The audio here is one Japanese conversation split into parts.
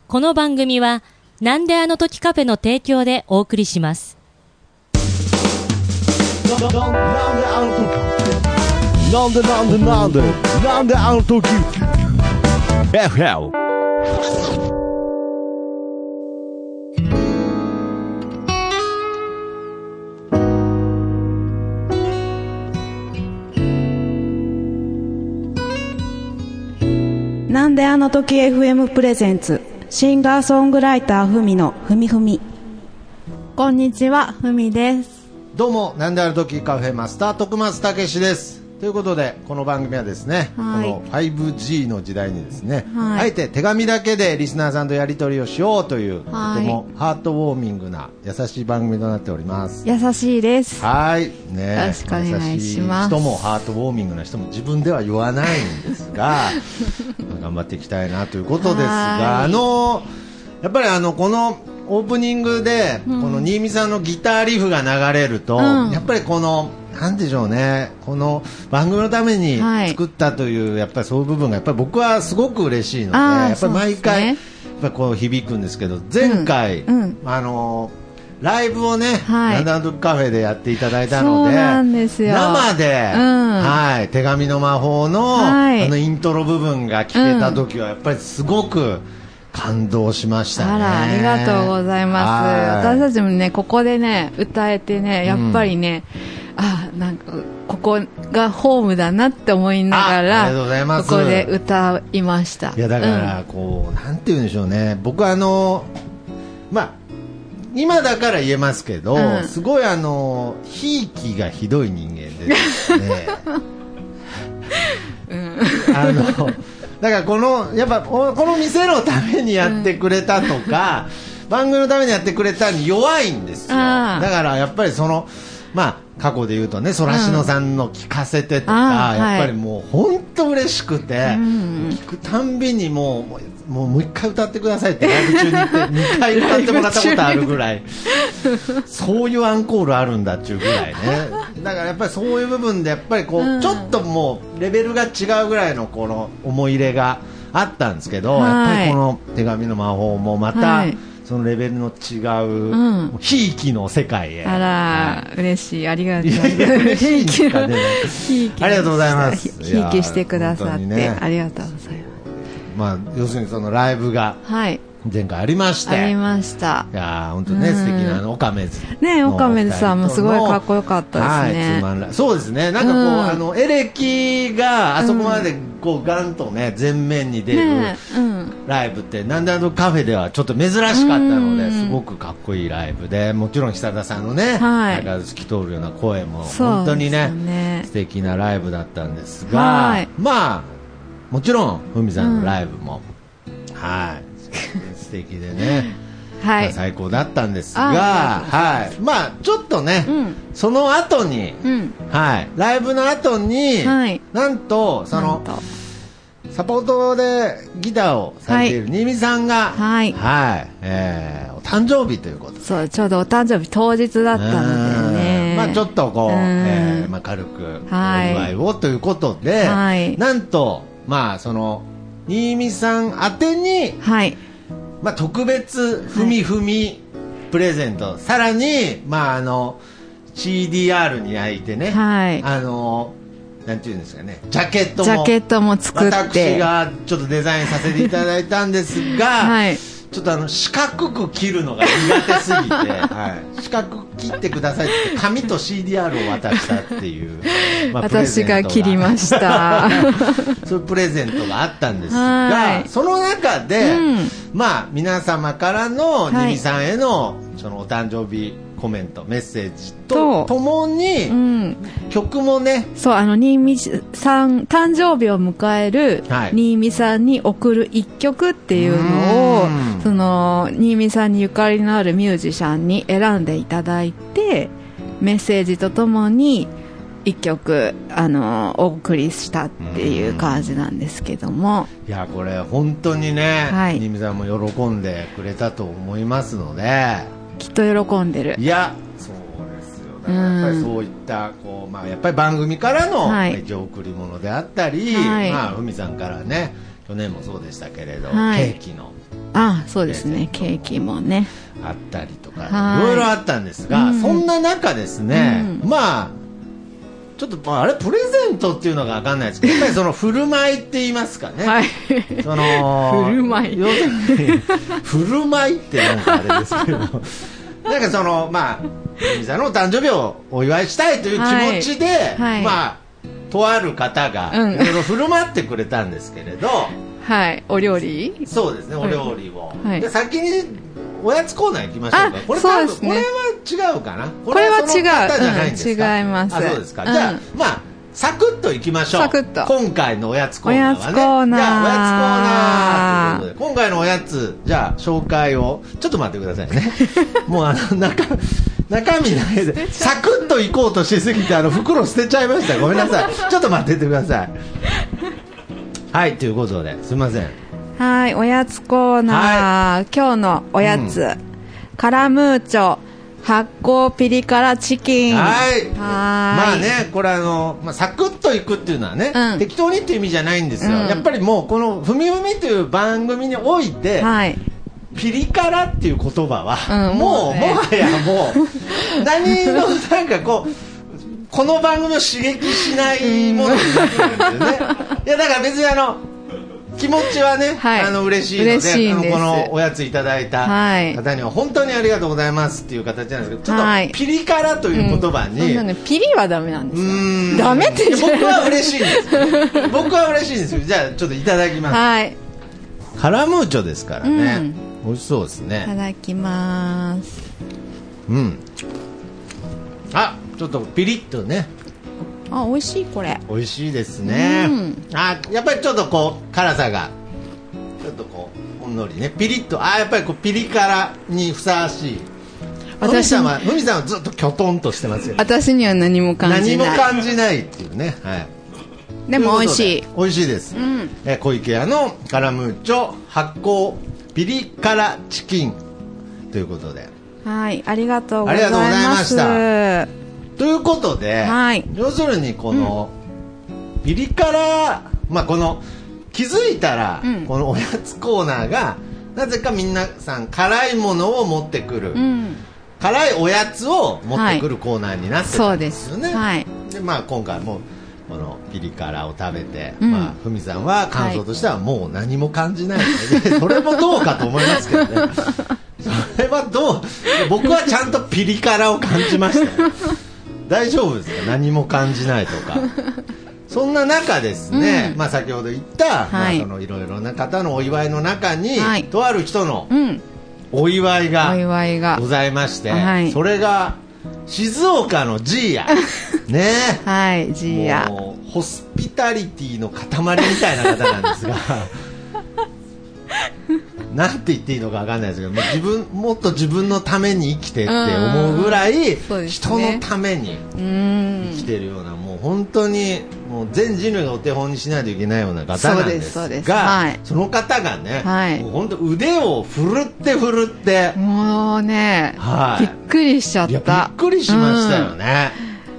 この番組はなんであの時カフェの提供でお送りします。 なんであの時 FL なんであの時 FM プレゼンツシンガーソングライターふみのふみふみ。こんにちは、ふみです。 どうも、なんである時カフェマスター徳松たけしです。ということで、この番組はですね、 はい、 この 5G の時代にですね、 はい、 あえて手紙だけでリスナーさんとやり取りをしようという、 はい、 とてもハートウォーミングな優しい番組となっております。 優しいです。 はい、ね、 よろしくお願いします。 優しい人もハートウォーミングな人も自分では言わないんですが頑張っていきたいなということですが、やっぱりこのオープニングで、この新見さんのギターリフが流れると、やっぱりこのなんでしょうね、この番組のために作ったという、やっぱりそういう部分がやっぱり僕はすごく嬉しいので、やっぱり毎回、やっぱりこう響くんですけど、前回、ライブをね、なんであの時カフェでやっていただいたので、 そうなんですよ。 生で、はい、手紙の魔法の、イントロ部分が聞けた時はやっぱりすごく感動しましたね。 あら、ありがとうございます。私たちもね、ここでね、歌えてね、やっぱりね、なんかここがホームだなって思いながら、 ありがとうございます。 ここで歌いました。 いやだからこう、なんて言うんでしょうね、僕は今だから言えますけど、すごいひいきがひどい人間でですねだからやっぱこの店のためにやってくれたとか、番組のためにやってくれたに弱いんですよ。だからやっぱり過去で言うとね、そらしのさんの聞かせてとか、やっぱりもう本当嬉しくて、聞くたんびにもう一回歌ってくださいってライブ中に言って2回歌ってもらったことあるぐらいそういうアンコールあるんだっていうぐらいね。だからやっぱりそういう部分でやっぱりこう、ちょっともうレベルが違うぐらいのこの思い入れがあったんですけど、やっぱりこの手紙の魔法もまた、そのレベルの違う、ひいきの世界へ。 あら、嬉しい、ありがとうございます。 嬉しいんかね。ありがとうございます。 ひいきしてくださって、ありがとうございます。要するにそのライブが前回ありまして、 ありました。 いや本当ね、素敵なオカメズね、オカメズさんもすごいかっこよかったですね。 そうですね、なんかこう、エレキがあそこまでこうガンとね前面に出るライブってなんでカフェではちょっと珍しかったので、すごくかっこいいライブで、もちろん久田さんのね、なんか透き通るような声も本当にね、素敵なライブだったんですが、もちろんふみさんのライブも、素敵でね、最高だったんですが、ちょっとね、その後に、ライブの後に、なんとそのサポートでギターをされている新見さんが、お誕生日ということで、 そう、ちょうどお誕生日当日だったのでね、 ちょっとこう、軽くお祝いをということで、なんとその新見さん宛てに、特別ふみふみプレゼント、さらにCDR に焼いてね、なんていうんですかね、ジャケットも作って私がちょっとデザインさせていただいたんですが、ちょっと四角く切るのが苦手すぎて、四角く切ってくださいって紙と CDR を渡したっていう、 私が切りましたそういうプレゼントがあったんですが、その中で、皆様からの新見さんへのそのお誕生日コメント、メッセージとともに、曲もね、 新見さん誕生日を迎える新見さんに送る一曲っていうのを、その新見さんにゆかりのあるミュージシャンに選んでいただいて、メッセージとともに一曲お送りしたっていう感じなんですけども、 いやこれ本当にね、新見さんも喜んでくれたと思いますので、 きっと喜んでる。 いやそうですよ。だからやっぱりそういったこう、やっぱり番組からの贈り物であったり、ふみさんからね、去年もそうでしたけれど、ケーキのそうですね、ケーキもねあったりとかいろいろあったんですが、そんな中ですね、まあちょっとあれプレゼントっていうのが分かんないですけど、やっぱりその振る舞いって言いますかね、 はい、 その振る舞い振る舞いってなんかあれですけどなんかそのまあ由美さんのお誕生日をお祝いしたいという気持ちで、 はい、 まあとある方がいろいろ振る舞ってくれたんですけれど、 はい、お料理、 そうですね、お料理を、 はい、 で先におやつコーナー行きましょうか。これそうですね、 これは違うかな、 これは違う、 その方じゃないんですか、 違います。 あ、そうですか、じゃあまあサクッといきましょう。 サクッと今回のおやつコーナーはね、 おやつコーナー、 じゃあおやつコーナーということで、今回のおやつじゃあ紹介をちょっと待ってくださいねもう中身ないでサクッといこうとしすぎて袋捨てちゃいました、ごめんなさいちょっと待っててくださいはい、ということですいません。 はい、おやつコーナー、はい、今日のおやつ、カラムーチョ発酵ピリ辛チキン。 はい、まあね、これまあ、サクッといくっていうのはね、適当にっていう意味じゃないんですよ、やっぱりもうこのふみふみという番組において、ピリ辛っていう言葉は、もはやもう何のなんかこの番組を刺激しないものになってるんですよねいやだから別に気持ちはね、嬉しいので、このおやついただいた方には本当にありがとうございますっていう形なんですけど、ちょっとピリ辛という言葉に、 ピリはダメなんですよ。ダメって僕は嬉しいんです僕は嬉しいんですよ。じゃあちょっといただきます。はい、カラムーチョですからね、美味しそうですね。 いただきます。 あ、ちょっとピリッとね、 あ、美味しい、これ美味しいですね、あ、やっぱりちょっと辛さがちょっとほんのりね、ピリッと、やっぱりピリ辛にふさわしい。ふみさんはずっときょとんとしてますよね。 私には何も感じない、 何も感じないっていうね、はい、 でも美味しい、 美味しいです、小池屋のカラムーチョ発酵ピリ辛チキンということで、 はい、ありがとうございました。 ということで、要するにこの、ピリ辛、まあ、この気づいたら、このおやつコーナーがなぜか皆さん辛いものを持ってくる、辛いおやつを持ってくるコーナーになってたんですよね。で、まあ、今回もこのピリ辛を食べて、まあ、ふみさんは感想としてはもう何も感じないので、それもどうかと思いますけどねそれは僕はちゃんとピリ辛を感じましたよ大丈夫ですか、何も感じないとかそんな中ですね、まあ、先ほど言った、まあ、そのいろいろな方のお祝いの中に、とある人のお祝いがございまして、それが静岡のジーヤね、 はい、ジーヤ、 もうホスピタリティの塊みたいな方なんですがなんて言っていいのか分かんないですけど、もっと自分のために生きてって思うぐらい、人のために生きてるような、もう本当にもう全人類がお手本にしないといけないような方なんですが、その方がね、もう本当腕を振るってもうね、びっくりしちゃった。 びっくりしましたよね。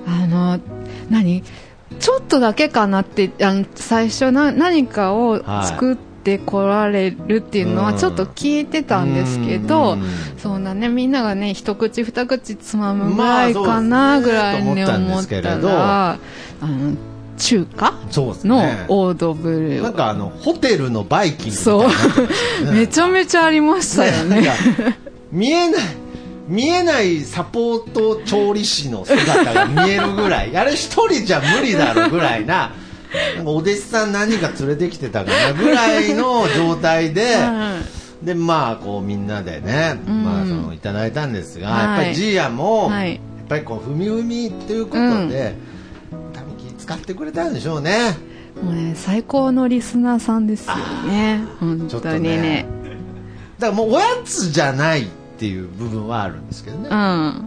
ちょっとだけかなって、最初何かを作って来られるっていうのはちょっと聞いてたんですけど、そんなね、みんながね一口二口つまむぐらいかなぐらいに思ったら、中華のオードブル、 なんかホテルのバイキングみたいな、 そうめちゃめちゃありましたよね。 見えないサポート調理師の姿が見えるぐらい、あれ一人じゃ無理だろうぐらいな、なんかお弟子さん何人か連れてきてたかなぐらいの状態で、でまあみんなでね、まあいただいたんですが、やっぱりジーヤも、やっぱりふみふみということで、多分気使ってくれたんでしょうね。 もうね、最高のリスナーさんですよね、本当にね。 だからもうおやつじゃないっていう部分はあるんですけどね、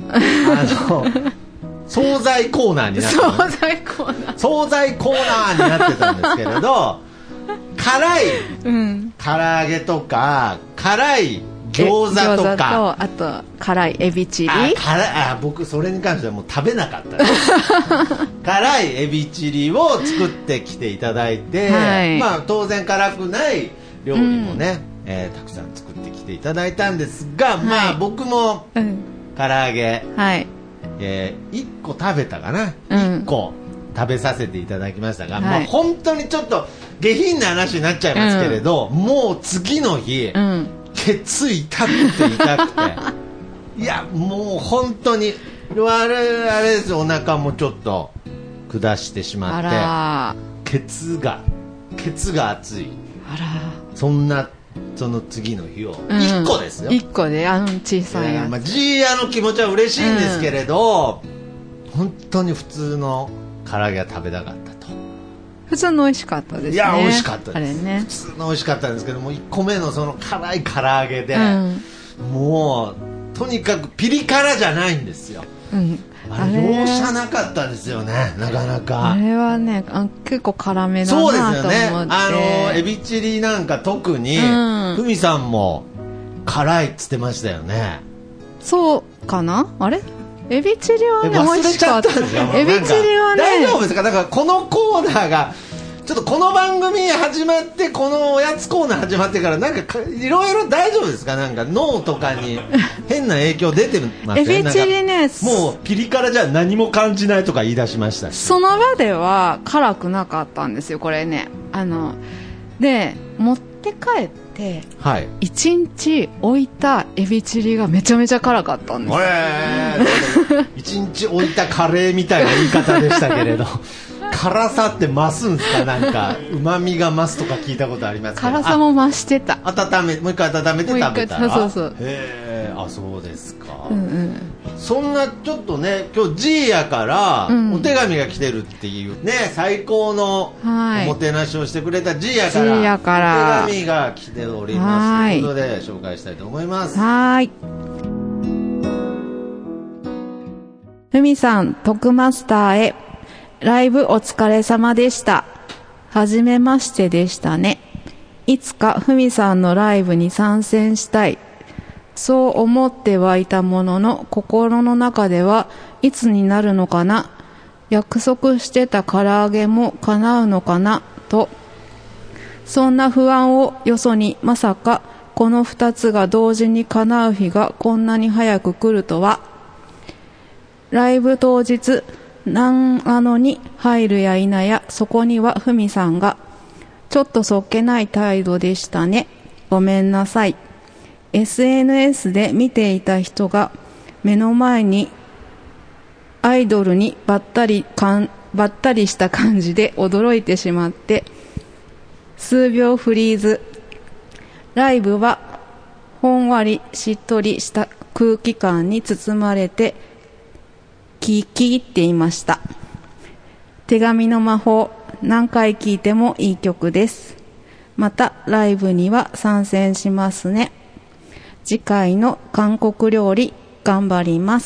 惣菜コーナーになってた、惣菜コーナーになってたんですけれど、辛い、唐揚げとか辛い餃子とか、 あと辛いエビチリ、 僕それに関してはもう食べなかったです辛いエビチリを作ってきていただいて、まあ当然辛くない料理もね、 たくさん作ってきていただいたんですが、まあ僕も唐揚げ、1個食べたかな、1個食べさせていただきましたが、まあ本当にちょっと下品な話になっちゃいますけれど、もう次の日、ケツ痛くて痛くていやもう本当にあれですよ、お腹もちょっと下してしまってケツが熱い、その次の日を1個ですよ、 1個で小さいやつ、 ジーヤの気持ちは嬉しいんですけれど、本当に普通の唐揚げが食べたかったと。 普通の美味しかったですね。 いや美味しかったです、 あれね、 普通の美味しかったんですけども、1個目のその辛い唐揚げで、もうとにかくピリ辛じゃないんですよ、あれ容赦なかったですよね、なかなか。 あれはね、結構辛めだなと思って。そうですよね、エビチリなんか特に、ふみさんも辛いっつってましたよね。 そうかな、あれエビチリはね忘れちゃったんですよ。 エビチリはね大丈夫ですか。だからこのコーナーがちょっとこの番組始まって、このおやつコーナー始まってからなんかいろいろ大丈夫ですか。なんか脳とかに変な影響出てますよね。 エビチリね、 もうピリ辛じゃ何も感じないとか言い出しましたし、 その場では辛くなかったんですよこれね。で持って帰って1日置いたエビチリがめちゃめちゃ辛かったんです。 1日置いたカレーみたいな言い方でしたけれど辛さって増すんですか。なんか旨味が増すとか聞いたことありますけど、 辛さも増してた。 もう一回温めて食べたら、 そうそうですか、そんなちょっとね、今日ジーヤからお手紙が来てるっていうね、最高のおもてなしをしてくれたジーヤからお手紙が来ておりますということで紹介したいと思います。 ふみさん、徳マスターへ。ライブお疲れ様でした。はじめましてでしたね。いつかふみさんのライブに参戦したい。そう思ってはいたものの、心の中ではいつになるのかな。約束してた唐揚げも叶うのかな、と。そんな不安をよそに、まさかこの二つが同時に叶う日がこんなに早く来るとは。ライブ当日、長野に入るや否や、そこにはふみさんが、ちょっとそっけない態度でしたね。ごめんなさい。SNS で見ていた人が、目の前にアイドルにばったりした感じで驚いてしまって、数秒フリーズ。ライブは、ほんわりしっとりした空気感に包まれて、聴き入っていました。手紙の魔法、何回聴いてもいい曲です。またライブには参戦しますね。次回の韓国料理頑張ります。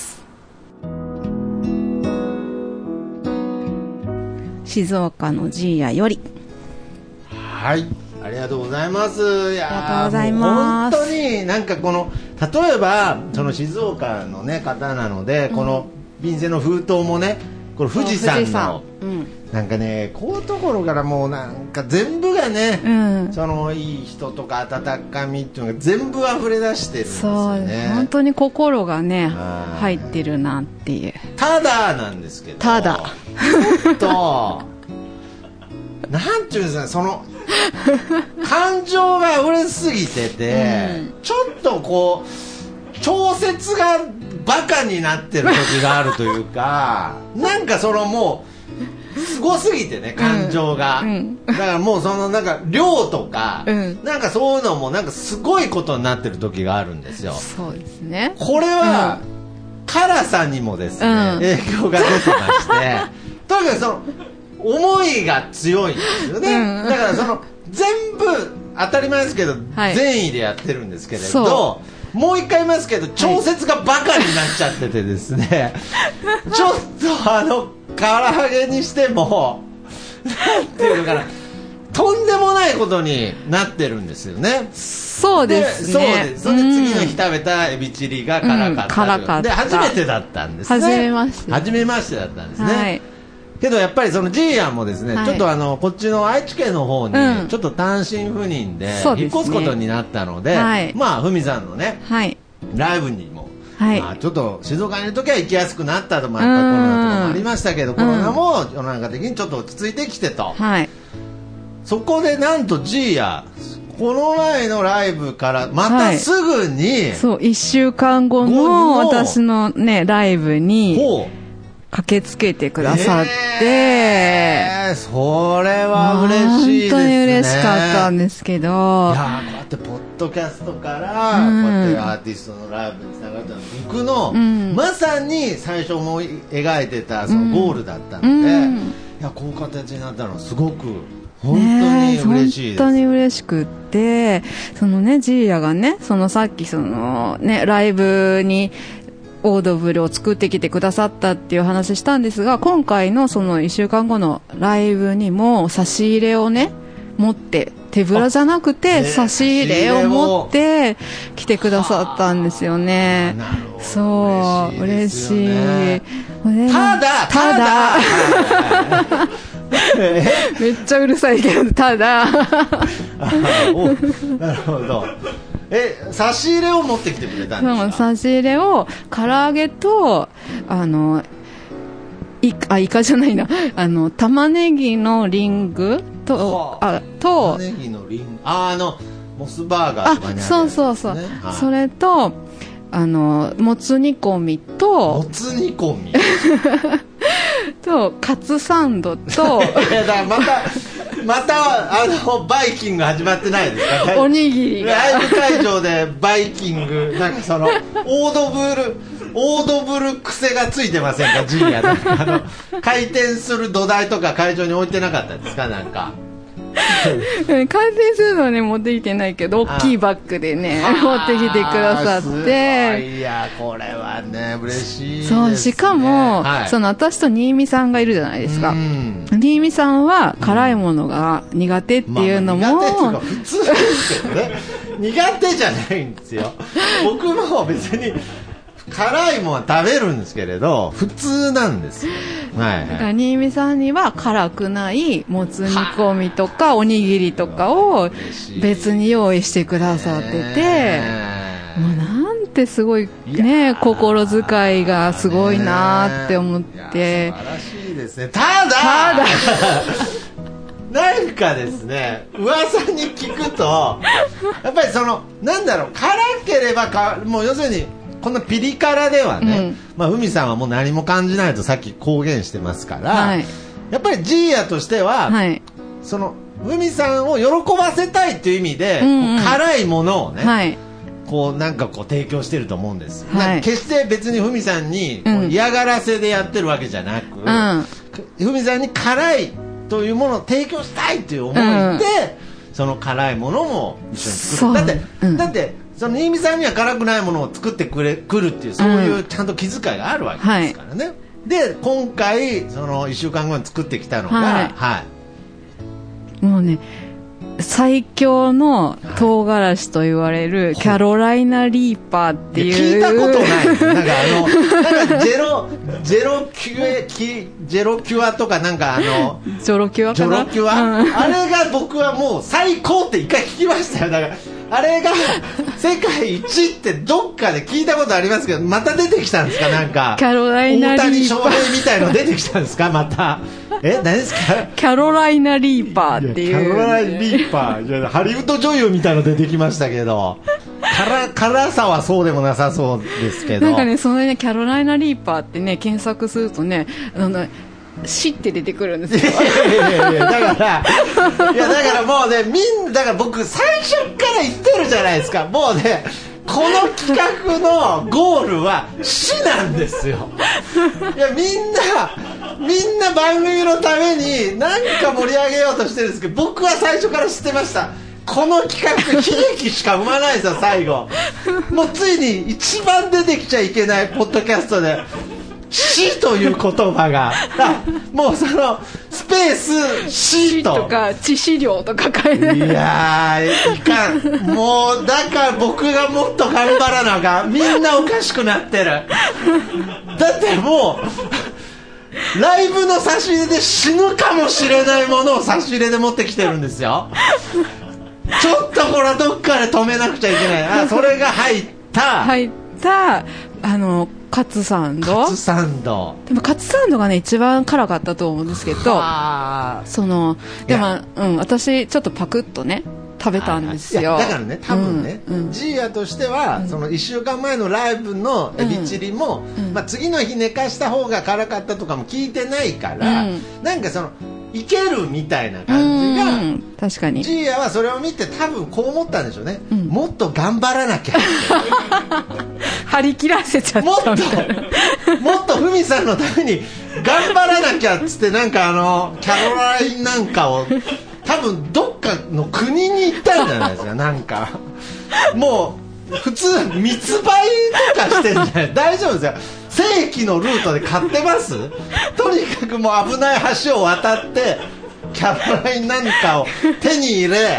静岡のジーヤより。 はい、ありがとうございます。いや、 ありがとうございます。 本当になんかこの例えばその静岡のね方なので、この便箋の封筒もね、これ富士山のなんかね、こういうところからもうなんか全部がね、そのいい人とか温かみっていうのが全部溢れ出してるんですよね。 本当に心がね入ってるなっていう。 ただなんですけど、ちょっとなんていうんですかね、その感情が溢れすぎてて、ちょっとこう調節がバカになってる時があるというか、なんかそのもうすごすぎてね、感情が、だからもうそのなんか量とか、なんかそういうのもなんかすごいことになってる時があるんですよ。 そうですね。 これは、辛さにもですね、影響が出てまして、とにかくその思いが強いんですよね。だからその全部当たり前ですけど、善意でやってるんですけれど、もう一回言いますけど、調節がバカになっちゃっててですね、ちょっと唐揚げにしてもなんていうのかな、とんでもないことになってるんですよね。 そうですね。 そうです。それで次の日食べたエビチリが辛かった。で初めてだったんですね。 初めまして。 初めましてだったんですね。 けどやっぱりそのジーヤンもですね、ちょっとこっちの愛知県の方にちょっと単身赴任で引っ越すことになったので、まあふみさんのね、ライブにもまあちょっと静岡にいる時は行きやすくなったと、やっぱコロナとかもありましたけど、コロナも世の中的にちょっと落ち着いてきてと、そこでなんとジーヤこの前のライブからまたすぐに、 そう1週間後の私のねライブに駆けつけてくださって、 それは嬉しいですね。 本当に嬉しかったんですけど、いやこうやってポッドキャストからこうやってアーティストのライブにつながったの僕の、まさに最初思い描いてたそのゴールだったので、いやこういう形になったのはすごく本当に嬉しいです。 本当に嬉しくって、そのねジーヤがね、そのさっきそのねライブにオードブルを作ってきてくださったっていう話したんですが、今回のその1週間後のライブにも差し入れをね持って、手ぶらじゃなくて差し入れを持って来てくださったんですよね。そう嬉しい。 ただめっちゃうるさいけど、ただなるほど。差し入れを持ってきてくれたんですか？ 差し入れを唐揚げとイカじゃないな、玉ねぎのリングと玉ねぎのリング、モスバーガーとかにあるやつですね。 そうそうそう、それともつ煮込みともつ煮込みとカツサンドとまたバイキング始まってないですか？ おにぎりがライブ会場でバイキングなんかそのオードブル癖がついてませんか？ジーヤ回転する土台とか会場に置いてなかったですか？なんか回転するのはね持ってきてないけど、大きいバッグでね持ってきてくださって、 いやこれはね嬉しいですね。 そう、しかも、その私と新見さんがいるじゃないですか。新見さんは辛いものが苦手っていうのも、 苦手っていうか普通ですけどね苦手じゃないんですよ。僕も別に辛いものは食べるんですけれど普通なんですよ。だから新見さんには辛くないもつ煮込みとかおにぎりとかを別に用意してくださってて、もうなんてすごいね、心遣いがすごいなって思って。 素晴らしいですね。ただなんかですね、噂に聞くとやっぱりそのなんだろう、辛ければもう要するにこんなピリ辛ではね、ふみさんはもう何も感じないとさっき公言してますから、やっぱりジーヤとしては、そのふみさんを喜ばせたいっていう意味で、辛いものをね、こうなんかこう提供してると思うんです、決して別にふみさんに嫌がらせでやってるわけじゃなく、ふみさんに辛いというものを提供したいという思いで、その辛いものも一緒に作る。だってその新見さんには辛くないものを作ってくるっていう、そういうちゃんと気遣いがあるわけですからね。で今回その1週間後に作ってきたのが、 もうね最強の唐辛子と言われるキャロライナリーパーっていう、 聞いたことないです。なんかジェロキュアとかなんかジョロキュアかな、 あれが僕はもう最高って一回聞きましたよ。だからあれが世界一ってどっかで聞いたことありますけど、また出てきたんですか？なんかキャロライナリーパー、 大谷翔平みたいの出てきたんですか？また何ですか？ キャロライナリーパーっていう、 キャロライナリーパー、いやハリウッド女優みたいの出てきましたけど、辛さはそうでもなさそうですけど、 なんかね、そのねキャロライナリーパーってね検索するとね死って出てくるんですよ。 だからもうね、だから僕最初から言ってるじゃないですか。もうね、この企画のゴールは死なんですよ。いやみんな番組のために何か盛り上げようとしてるんですけど、僕は最初から知ってました。この企画悲劇しか生まないですよ。最後もうついに一番出てきちゃいけないポッドキャストで死という言葉がもうそのスペース死とか致死量とか書いて、 いやいかん、もうだから僕がもっと頑張らなあかん。みんなおかしくなってる。だってもうライブの差し入れで死ぬかもしれないものを差し入れで持ってきてるんですよ。ちょっとこれはどっかで止めなくちゃいけない。それが入ったカツサンド。でもカツサンドがね一番辛かったと思うんですけど、でも、私ちょっちょっとパクッとね食べたんですよ。 だからね、多分ね、ジーヤとしては、その1週間前のライブのエビチリも、次の日寝かした方が辛かったとかも聞いてないから、なんかそのいけるみたいな感じが、 確かにジーヤはそれを見て多分こう思ったんでしょうね、もっと頑張らなきゃ張り切らせちゃったみたいなもっとふみさんのために頑張らなきゃっつって、なんかキャロラインなんかを多分どっかの国に行ったんじゃないですか。なんかもう普通密売とかしてんじゃない大丈夫ですよ。正規のルートで買ってます。とにかくもう危ない橋を渡ってキャロラインなんかを手に入れ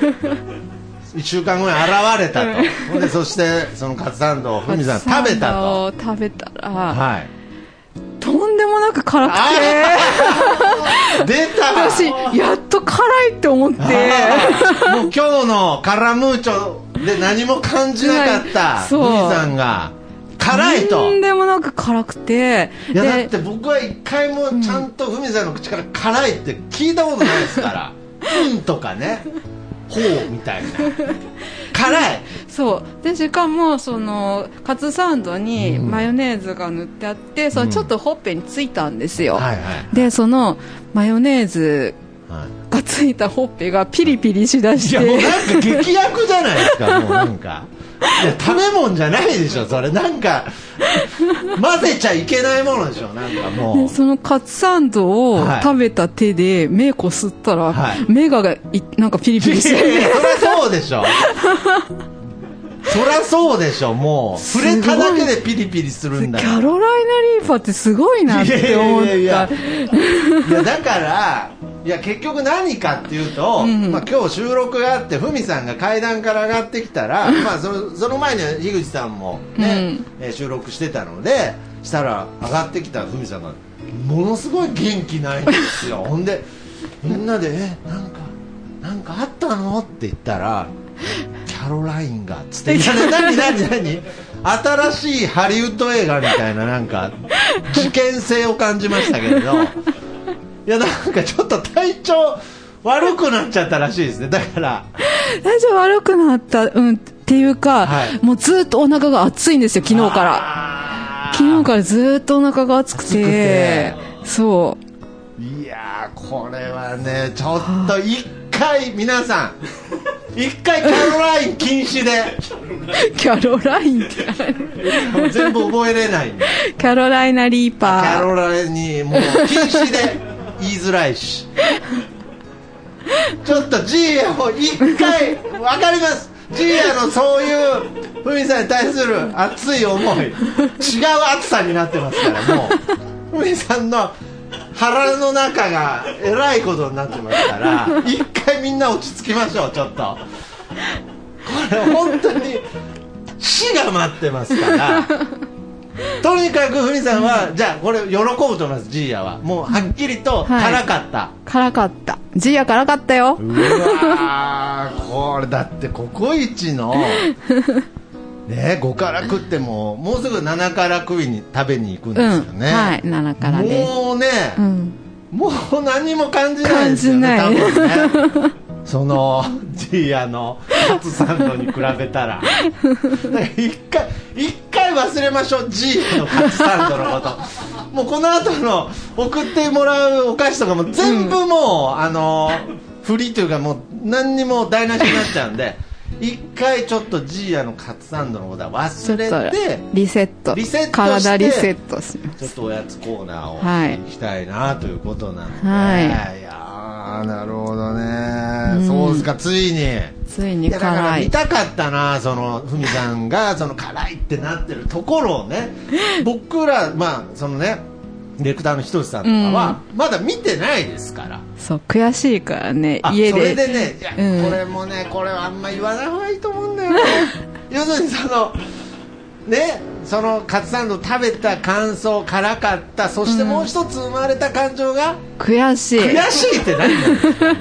1週間後に現れたと。でそしてそのカツサンドをふみさん食べたと。 食べたら、とんでもなく辛くて出た。 私やっと辛いって思ってもう今日のカラムーチョで何も感じなかったふみさんが辛いと。 とんでもなく辛くて、 いやだって僕は一回もちゃんとふみさんの口から辛いって聞いたことないですからとかね、ほうみたいな辛い。 そうで、しかもそのカツサンドにマヨネーズが塗ってあって、そのちょっとほっぺについたんですよ、でそのマヨネーズがついたほっぺがピリピリしだして、 いやもうなんか劇薬じゃないですか。もうなんかいや食べ物じゃないでしょそれ。なんか混ぜちゃいけないものでしょ。なんかもうそのカツサンドを食べた手で目こすったら、目がなんかピリピリして、 そりゃそうでしょそりゃそうでしょ。もう触れただけでピリピリするんだよ。 キャロライナ・リーパーってすごいなって思った。いやだから結局何かっていうと、今日収録があってふみさんが階段から上がってきたら、その前に樋口さんもね、収録してたので、したら上がってきたふみさんがものすごい元気ないんですよ。ほんでみんなでなんかあったのって言ったら、キャロラインがつって何新しいハリウッド映画みたいな、なんか事件性を感じましたけれどいやなんかちょっと体調悪くなっちゃったらしいですね。だから体調悪くなった、っていうか、もうずっとお腹が熱いんですよ。昨日からずっとお腹が熱くて、そう。 いやこれはねちょっと一回皆さん一回キャロライン禁止でキャロラインって全部覚えれないんでキャロライナ・リーパー、 キャロラインにもう禁止で言いづらいしちょっとジーヤを一回分かります。ジーヤのそういうふみさんに対する熱い思い違う熱さになってますから、もうふみさんの腹の中がえらいことになってますから、一回みんな落ち着きましょう。ちょっとこれ本当に死が待ってますからとにかくふみさんはじゃあこれ喜ぶと思います。ジーヤはもうはっきりと辛かった、 辛かった。ジーヤ辛かったよ。 うわこれだってココイチのね、5辛食ってもうすぐ7辛食べに行くんですよね、 はい、7辛です。 もうね、もう何も感じないですよね、多分ねそのジーヤのカツサンドに比べたら一回忘れましょう、ジーヤのカツサンドのこともうこの後の送ってもらうお菓子とかも全部もう、フリーというかもう何にも台無しになっちゃうんで一回ちょっとジーヤのカツサンドのことは忘れてリセットして体リセットします。 ちょっとおやつコーナーを行きたいなということなので、いやなるほどね、そうですか。ついに辛い。 だから見たかったな、そのふみさんがその辛いってなってるところをね僕らそのねディレクターのひとしさんとかはまだ見てないですから、 そう悔しいからね、家でそれでね、いや、これはあんま言わない方がいいと思うんだよね要するにそのねそのカツサンド食べた感想、辛かった、そしてもう一つ生まれた感情が、 悔しい。 悔しいって何なんですか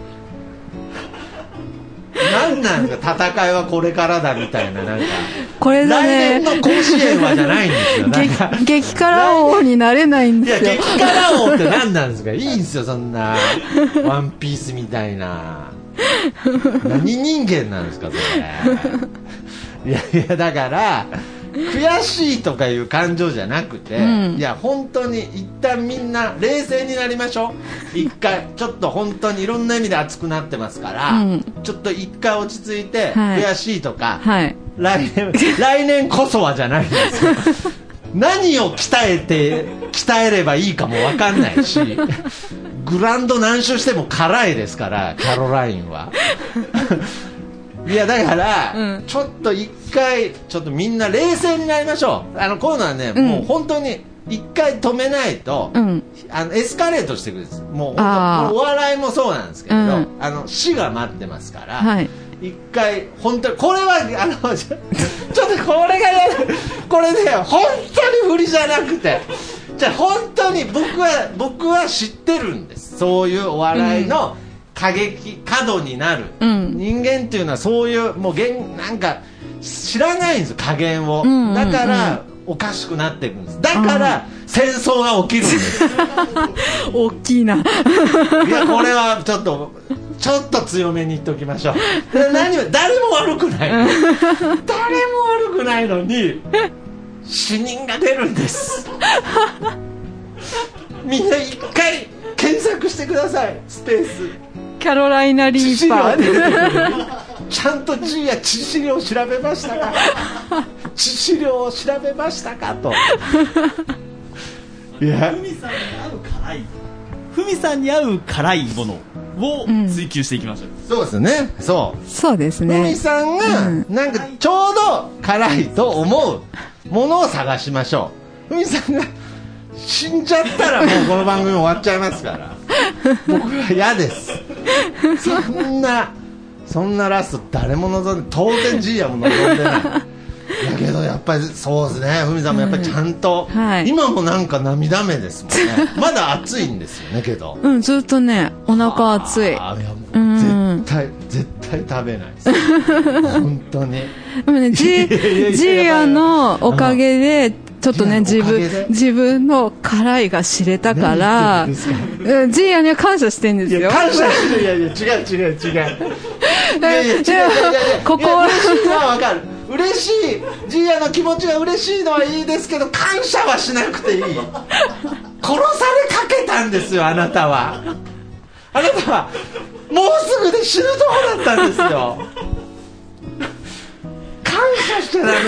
何なんですか、戦いはこれからだみたいな、なんかこれだね、 来年の甲子園はじゃないんですよ。なんか激辛王になれないんですよ。 いや、激辛王って何なんですか。いいんですよ、そんなワンピースみたいな。何人間なんですか、それ。いやいや、だから悔しいとかいう感情じゃなくて、いや本当に一旦みんな冷静になりましょう。一回ちょっと本当にいろんな意味で熱くなってますから、ちょっと一回落ち着いて、悔しいとか、来年こそはじゃないんですよ。何を鍛えればいいかも分かんないし、グラウンド何周しても辛いですから、キャロラインは。いやだから、ちょっと一回ちょっとみんな冷静になりましょう。こういうのはね、もう本当に一回止めないと、エスカレートしてくるんです。もうお笑いもそうなんですけど、死が待ってますから、一回本当にこれはちょっとこれがね、これね本当に振りじゃなくて、じゃあ本当に僕は知ってるんです。そういうお笑いの過度になる、人間っていうのはそういうもうなんか知らないんですよ、加減を。だからおかしくなっていくんです。だから戦争が起きるんです。 大きいな。いやこれはちょっと強めに言っておきましょう。誰も悪くない。誰も悪くないのに死人が出るんです。みんな一回検索してください。スペースキャロライナ・リーパー。 ちゃんと致死量を調べましたか。致死量を調べましたかと。いや、 ふみさんに合う辛いものを追求していきましょう。 そうですね。 そうですね。 ふみさんがなんかちょうど辛いと思うものを探しましょう。ふみさんが死んじゃったらもうこの番組終わっちゃいますから。僕は嫌です。そんなラスト誰も望んで、当然ジーヤも望んでない。だけどやっぱりそうですね、ふみさんもやっぱりちゃんと、今もなんか涙目ですもんね。まだ暑いんですよね、けどずっとねお腹熱い。 絶対食べないです。本当に。 でもね、ジーヤのおかげでちょっとね、自分の辛いが知れたから、ジーヤには感謝してんですよ。 感謝してる。いや違う。ここは嬉しいのはわかる。嬉しい、ジーヤの気持ちが嬉しいのはいいですけど、感謝はしなくていい。殺されかけたんですよ、あなたは。もうすぐで死ぬとこだったんですよ。感謝しちゃダ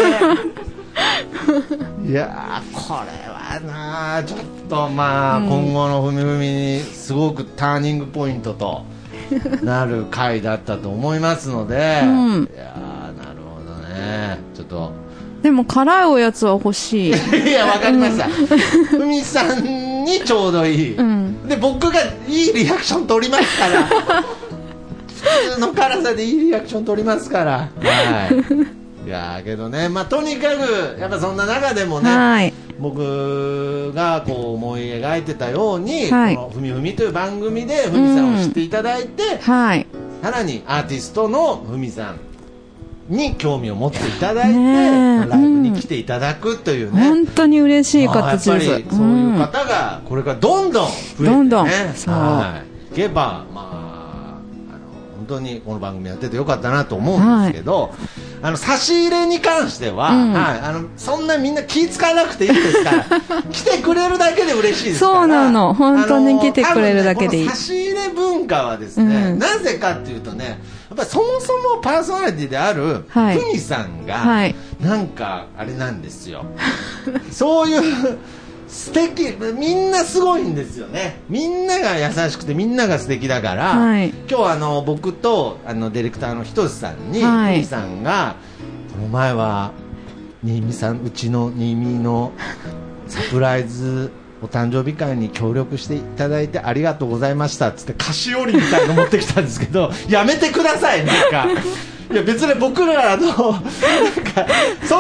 メ。いやこれはな、ちょっと今後のふみふみにすごくターニングポイントとなる回だったと思いますので、いやなるほどね。ちょっとでも辛いおやつは欲しい。 いやわかりました。ふみさんにちょうどいい、で僕がいいリアクション取りますから。普通の辛さでいいリアクション取りますから。いやけどね、とにかくやっぱそんな中でもね、僕がこう思い描いてたように、このふみふみという番組でふみさんを知っていただいて、さらにアーティストのふみさんに興味を持っていただいて、ライブに来ていただくというね、 本当に嬉しい形です。 やっぱりそういう方がこれからどんどん増えてね、いけば本当にこの番組やっててよかったなと思うんですけど、差し入れに関しては、そんなみんな気使わなくていいですから来てくれるだけで嬉しいですから。 そうなの、本当に来てくれるだけでいい。 この差し入れ文化はですね、なぜかっていうとね、やっぱりそもそもパーソナリティであるふみさんが、なんかあれなんですよ。そういう素敵、みんなすごいんですよね。みんなが優しくてみんなが素敵だから、今日僕とディレクターのひとしさんに、ふみさんがこの前は新見さん、うちの新見のサプライズお誕生日会に協力していただいてありがとうございましたっつって菓子折りみたいなの持ってきたんですけどやめてください。なんかいや別に僕らなんかそんなつも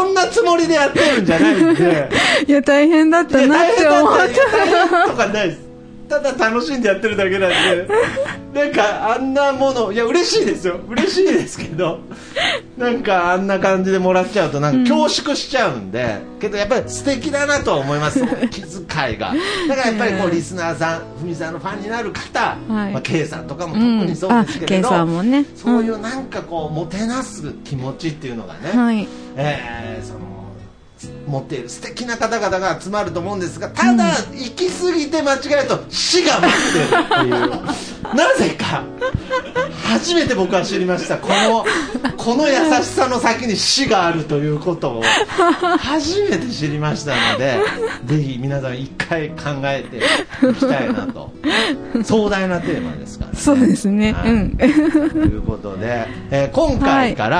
もりでやってるんじゃないんで。 いや、大変だったなって思った。 大変とかないです。ただ楽しんでやってるだけなんで、なんかあんなもの、いや嬉しいですよ、嬉しいですけど、なんかあんな感じでもらっちゃうとなんか恐縮しちゃうんで、けどやっぱり素敵だなとは思います、気遣いが。だからやっぱりこうリスナーさん、ふみさんのファンになる方、まあ K さんとかも特にそうですけれど、 K さんもね、 そういうなんかこうもてなす気持ちっていうのがね、その持っている素敵な方々が集まると思うんですが、ただ、行き過ぎて間違えると死が待ってるっていうなぜか初めて僕は知りました。この優しさの先に死があるということを初めて知りましたので、ぜひ皆さん一回考えていきたいなと。壮大なテーマですからね。 そうですね、 ということで、今回から、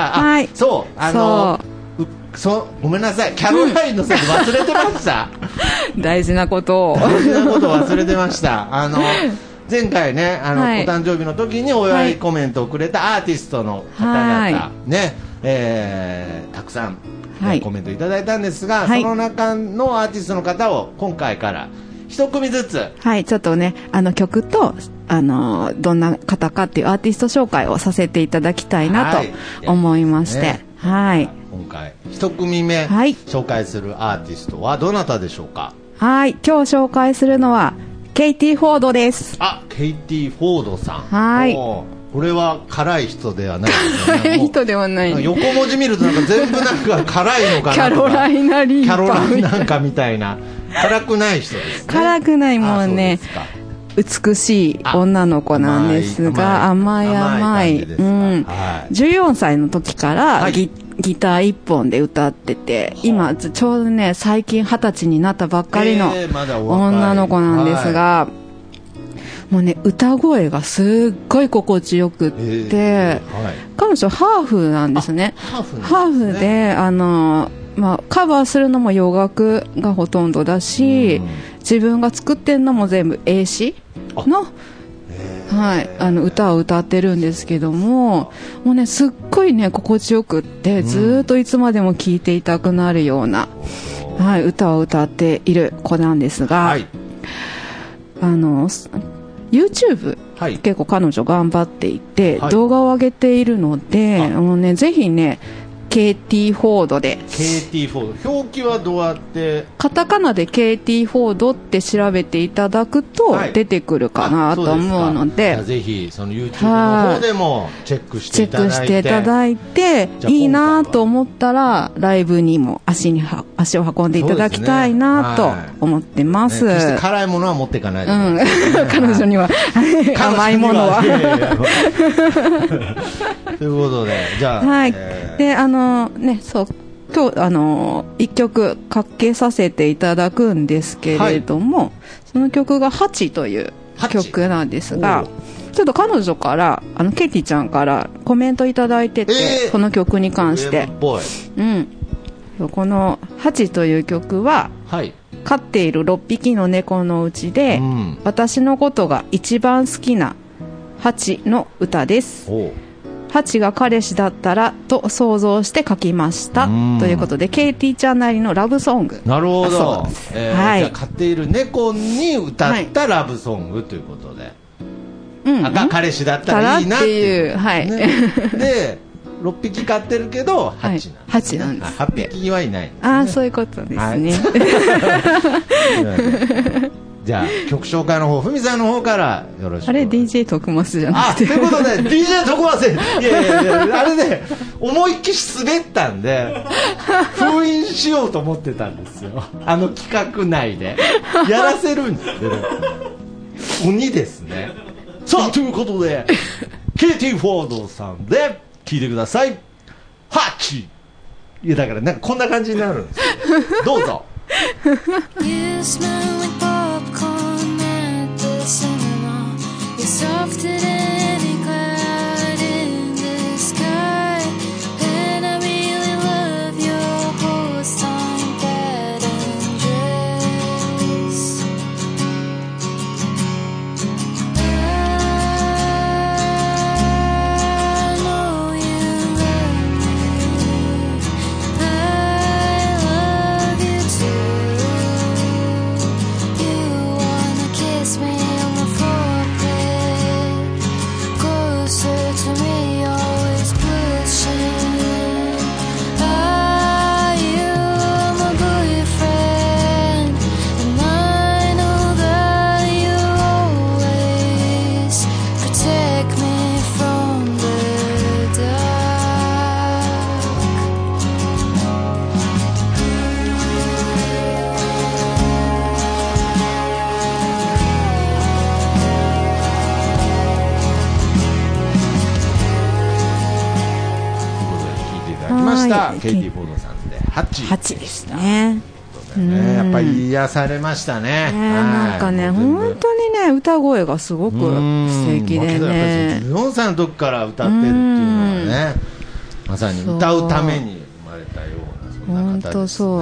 ごめんなさい、キャロラインのせいで忘れてました大事なことを忘れてました前回ね、お誕生日の時にお祝いコメントをくれたアーティストの方々、ね、たくさん、コメントいただいたんですが、その中のアーティストの方を今回から一組ずつ、 ちょっとね、曲とどんな方かっていうアーティスト紹介をさせていただきたいなと思いまして、 今回一組目、紹介するアーティストはどなたでしょうか。 今日紹介するのはケイティ・フォードです。 ケイティ・フォードさん。これは辛い人ではないですね。 辛い人ではない。 横文字見るとなんか全部なんか辛いのかなとか。 キャロライナ・リーパー。 キャロライナなんかみたいな。辛くない人ですね。 辛くない、もうね、美しい女の子なんですが、甘い。14歳の時からギター一本で歌ってて、今ちょうどね、最近20歳になったばっかりの女の子なんですが、もうね、歌声がすっごい心地よくって、彼女ハーフなんですね。ハーフで、カバーするのも洋楽がほとんどだし、自分が作ってるのも全部英詞の歌を歌ってるんですけども、もうね、すっごいね、心地よくって、ずっといつまでも聴いていたくなるような、歌を歌っている子なんですが、YouTube、結構彼女頑張っていて、動画を上げているので、もうね、ぜひね、ケイティ・フォードで。 ケイティ・フォード。表記はどうやって？ カタカナでケイティ・フォードって調べていただくと出てくるかなと思うので。 ぜひ、その YouTube の方でもチェックしていただいて。 いいなと思ったら、ライブにも足を運んでいただきたいなと思ってます。 決して辛いものは持っていかないで。 彼女には。甘いものは。 ということで、じゃあ。で、そう、今日、一曲かけさせていただくんですけれども、その曲がハチという曲なんですが、ちょっと彼女から、ケイティちゃんからコメントいただいてて、この曲に関して。このハチという曲は、飼っている6匹の猫のうちで、私のことが一番好きなハチの歌です。ハチが彼氏だったらと想像して書きましたということで、ケイティちゃんなりのラブソング。 なるほど。じゃあ飼っている猫に歌ったラブソングということで、彼氏だったらいいなっていう。で、6匹飼ってるけどハチなんです。8匹はいない。 そういうことですね。 じゃあ曲紹介の方、ふみさんの方からよろしく。 あれ DJ 徳松じゃなくて。 ということで DJ 徳松、いやあれね、思いっきり滑ったんで封印しようと思ってたんですよ。企画内でやらせるんですけど、鬼ですね。さあということでケイティ・フォードさんで聴いてください。ハッチ。いやだからなんかこんな感じになるんですよ。どうぞ。 You smell like popcorn at the cinema. You're softer than any cloud in the sky. And I really love your horse-time pattern dress. I know you love me. I ケイティ・フォードさんで8 ですね。 やっぱり癒されましたね。 なんかね、本当にね、歌声がすごく素敵でね。 14歳の時から歌ってるっていうのはね、まさに歌うために生まれたような、そんな方ですね。本当そう。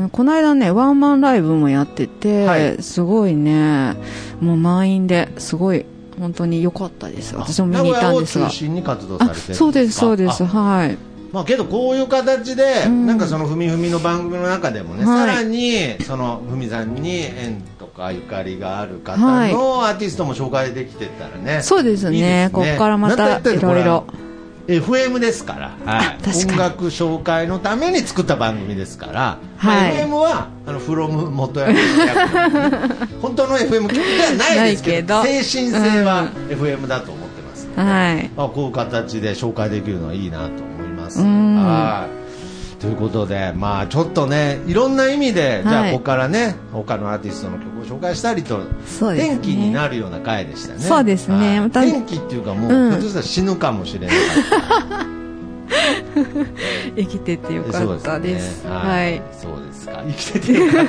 この間ね、ワンマンライブもやってて、すごいね、もう満員ですごい、本当に良かったです。私も見に行ったんですが。 名古屋を中心に活動されてるんですか？ そうです、そうです、はい。 まあけどこういう形で、なんかそのふみふみの番組の中でもね、さらにそのふみさんに縁とかゆかりがある方のアーティストも紹介できてたらね。 そうですね。ここからまたいろいろ。 FM ですから、音楽紹介のために作った番組ですから、FM はフロム元山本当の FM ではないですけど、精神性は FM だと思ってますので、こういう形で紹介できるのはいいなと思います。ということで、まあちょっとね、いろんな意味で、じゃあここからね、他のアーティストの曲を紹介したりと、転機になるような回でしたね。 そうですね。 転機っていうかもう、ひょっとしたら死ぬかもしれなかった。 生きててよかったです。はい。 そうですか。生きててよかった。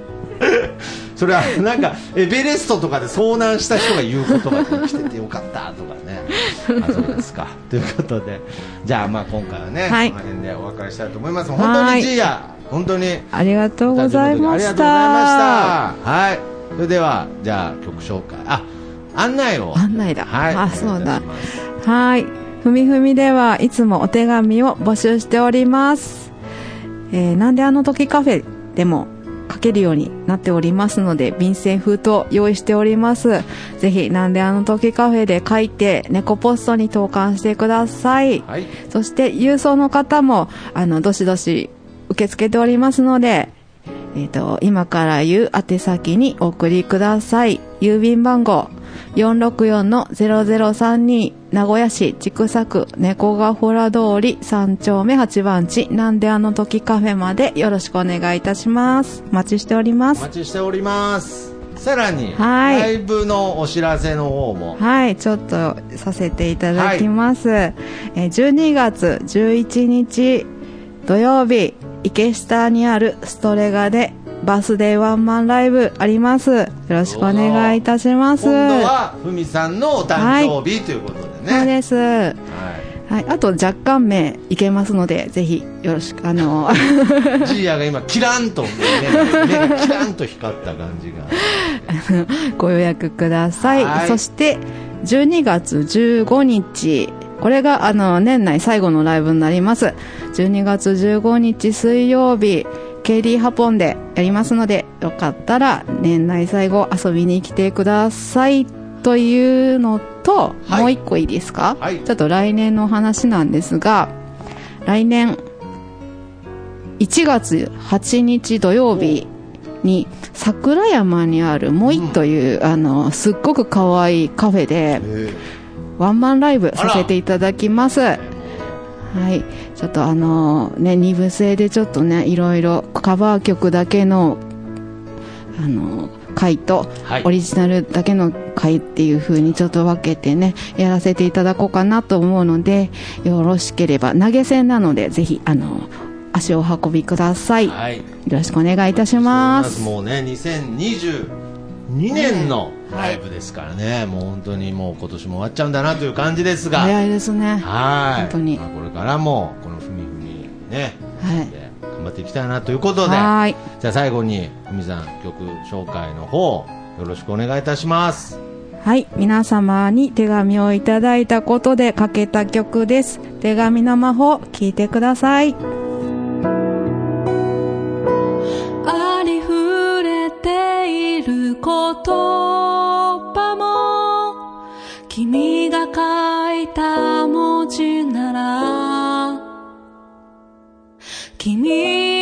それはなんかエベレストとかで遭難した人が言う言葉で生きててよかったとかね。そうですか。ということで、じゃあまあ今回はね、この辺でお別れしたいと思います。本当にジーヤ、本当にありがとうございました。 ありがとうございました。はい。それではじゃあ曲紹介、案内だ。はい。そうだ。はい。ふみふみではいつもお手紙を募集しております。なんであの時カフェでも書けるようになっておりますので、便箋封筒用意しております。ぜひなんであの時カフェで書いて猫ポストに投函してください。はい、そして郵送の方もどしどし受け付けておりますので、今から言う宛先にお送りください。郵便番号 464-0032 名古屋市千種区猫ヶ原通り3丁目8番地なんであの時カフェまでよろしくお願いいたします。お待ちしております。 お待ちしております。さらに、ライブのお知らせの方もちょっとさせていただきます。12月11日土曜日池下にあるストレガでバースデーワンマンライブあります。よろしくお願いいたします。 今度はふみさんのお誕生日、ということでね。 そうです。あと若干目いけますので、ぜひよろしくジーヤが今キランと目がキランと光った感じがご予約ください。そして12月15日これが年内最後のライブになります。12月15日水曜日ケイリーハポンでやりますので、よかったら年内最後遊びに来てくださいというのと、もう一個いいですか？ちょっと来年の話なんですが、来年1月8日土曜日に桜山にあるモイという、すっごく可愛いカフェでワンマンライブさせていただきます。ちょっと2部制でちょっとね、いろいろカバー曲だけの回と、オリジナルだけの回っていう風にちょっと分けてね、やらせていただこうかなと思うので、よろしければ投げ銭なのでぜひ足をお運びください。よろしくお願いいたします。 もうね、2022年のライブですからね、もう本当にもう今年も終わっちゃうんだなという感じですが、 早いですね。本当に、 これからもこのふみふみね、頑張っていきたいなということで、じゃあ最後にふみさん曲紹介の方よろしくお願いいたします。 皆様に手紙をいただいたことで書けた曲です。手紙の魔法、聞いてください。 ありふれている言葉も君が書いた文字なら君